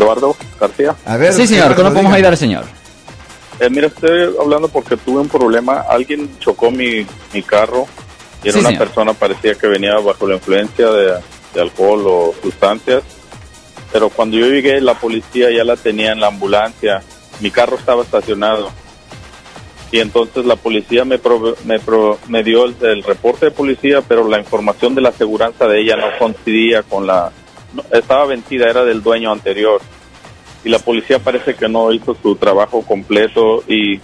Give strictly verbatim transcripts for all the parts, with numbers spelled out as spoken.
Eduardo García. A ver, sí, señor, ¿cómo podemos ayudar al señor? Eh, mira, estoy hablando porque tuve un problema. Alguien chocó mi, mi carro y era sí, una señor. persona, parecía que venía bajo la influencia de, de alcohol o sustancias. Pero cuando yo llegué, la policía ya la tenía en la ambulancia. Mi carro estaba estacionado. Y entonces la policía me pro, me, pro, me dio el, el reporte de policía, pero la información de la aseguranza de ella no coincidía con la... No, estaba vencida, era del dueño anterior. Y la policía parece que no hizo su trabajo completo y,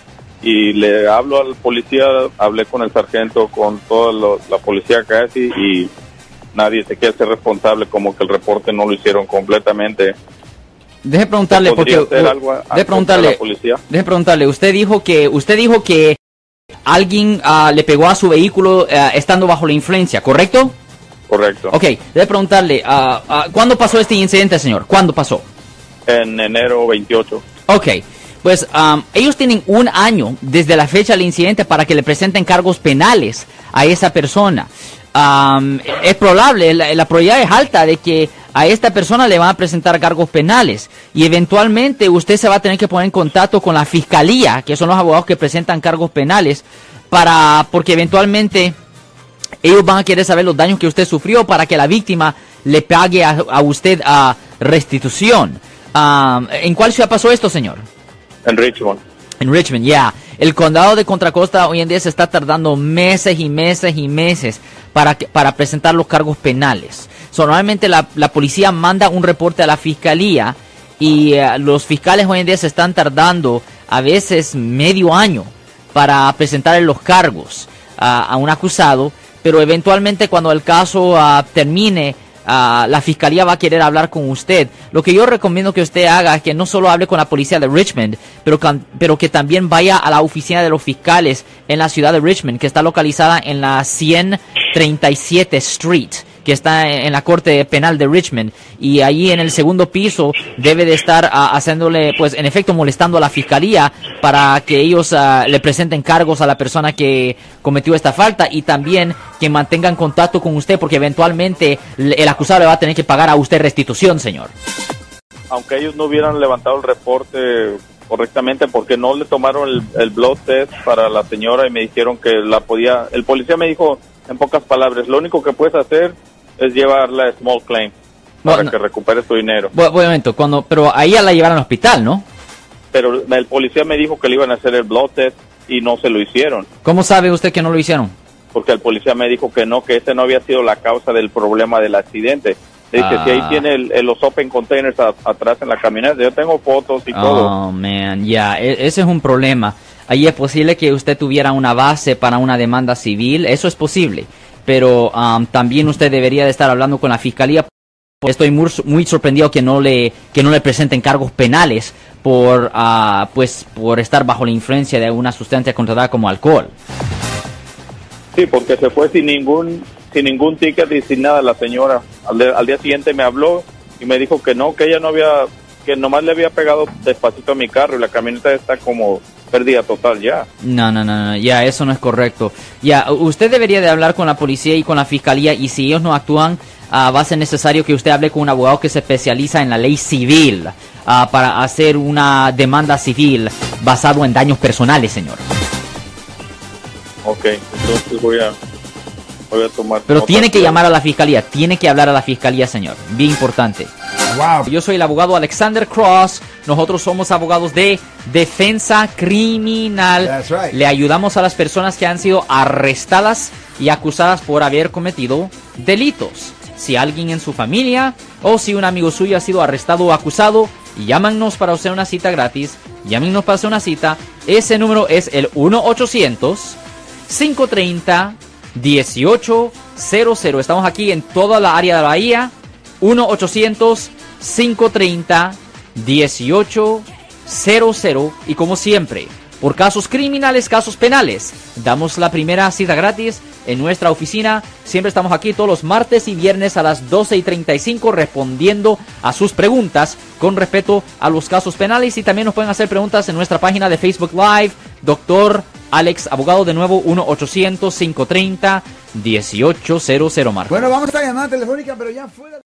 y le hablo al policía, hablé con el sargento, con toda lo, la policía casi, y nadie se quiere ser responsable, como que el reporte no lo hicieron completamente. Deje preguntarle, porque algo deje preguntarle, la policía? deje preguntarle, usted dijo que usted dijo que alguien uh, le pegó a su vehículo uh, estando bajo la influencia, ¿correcto? Correcto. Ok, deje preguntarle, uh, uh, ¿cuándo pasó este incidente, señor? ¿Cuándo pasó? En enero veintiocho. Ok, pues um, ellos tienen un año desde la fecha del incidente para que le presenten cargos penales a esa persona. Um, es probable, la, la probabilidad es alta de que a esta persona le van a presentar cargos penales y eventualmente usted se va a tener que poner en contacto con la fiscalía, que son los abogados que presentan cargos penales, para porque eventualmente ellos van a querer saber los daños que usted sufrió para que la víctima le pague a, a usted a restitución. Um, ¿En cuál ciudad pasó esto, señor? En Richmond. En Richmond, ya. Yeah. El condado de Contra Costa hoy en día se está tardando meses y meses y meses para, que, para presentar los cargos penales. So, normalmente la, la policía manda un reporte a la fiscalía y uh, los fiscales hoy en día se están tardando a veces medio año para presentar los cargos uh, a un acusado, pero eventualmente cuando el caso uh, termine, Uh, la fiscalía va a querer hablar con usted. Lo que yo recomiendo que usted haga es que no solo hable con la policía de Richmond, pero, pero que también vaya a la oficina de los fiscales en la ciudad de Richmond, que está localizada en la ciento treinta y siete Street, que está en la corte penal de Richmond, y allí en el segundo piso debe de estar uh, haciéndole, pues en efecto molestando a la fiscalía para que ellos uh, le presenten cargos a la persona que cometió esta falta y también que mantengan contacto con usted porque eventualmente el acusado le va a tener que pagar a usted restitución, señor. Aunque ellos no hubieran levantado el reporte correctamente porque no le tomaron el, el blood test para la señora y me dijeron que la podía, el policía me dijo en pocas palabras, lo único que puedes hacer es llevarla a small claim para bueno, que recupere su dinero. Buen momento, cuando, pero ahí ya la llevaron al hospital, ¿no? Pero el policía me dijo que le iban a hacer el blood test y no se lo hicieron. ¿Cómo sabe usted que no lo hicieron? Porque el policía me dijo que no, que ese no había sido la causa del problema del accidente. Dice, ah. si ahí tiene el, el, los open containers a, atrás en la camioneta, yo tengo fotos y oh, todo. Oh, man, ya, yeah. E- ese es un problema. Ahí es posible que usted tuviera una base para una demanda civil, eso es posible. Pero um, también usted debería de estar hablando con la fiscalía. Estoy muy, muy sorprendido que no le que no le presenten cargos penales por uh, pues por estar bajo la influencia de una sustancia controlada como alcohol. Sí, porque se fue sin ningún sin ningún ticket y sin nada la señora. Al, de, al día siguiente me habló y me dijo que no, que ella no había, que nomás le había pegado despacito a mi carro y la camioneta está como pérdida total ya. No, no, no, no, ya, eso no es correcto. Ya, usted debería de hablar con la policía y con la fiscalía y si ellos no actúan, uh, va a ser necesario que usted hable con un abogado que se especializa en la ley civil uh, para hacer una demanda civil basado en daños personales, señor. Ok, entonces voy a, voy a tomar... Pero tiene que llamar a la fiscalía, tiene que hablar a la fiscalía, señor. Bien importante. Wow. Yo soy el abogado Alexander Cross. Nosotros somos abogados de defensa criminal. That's right. Le ayudamos a las personas que han sido arrestadas y acusadas por haber cometido delitos. Si alguien en su familia o si un amigo suyo ha sido arrestado o acusado, llámanos para hacer una cita gratis. Llámenos para hacer una cita. Ese número es el uno ochocientos, cinco treinta, dieciocho cero cero. Estamos aquí en toda la área de la Bahía. uno ochocientos, cinco treinta, dieciocho cero cero. Y como siempre, por casos criminales, casos penales, damos la primera cita gratis en nuestra oficina. Siempre estamos aquí todos los martes y viernes a las doce y treinta y cinco respondiendo a sus preguntas con respecto a los casos penales. Y también nos pueden hacer preguntas en nuestra página de Facebook Live. Doctor Alex Abogado, de nuevo, uno ochocientos, cinco treinta, dieciocho cero cero, Marco. Bueno, vamos a esta llamada telefónica, pero ya fuera...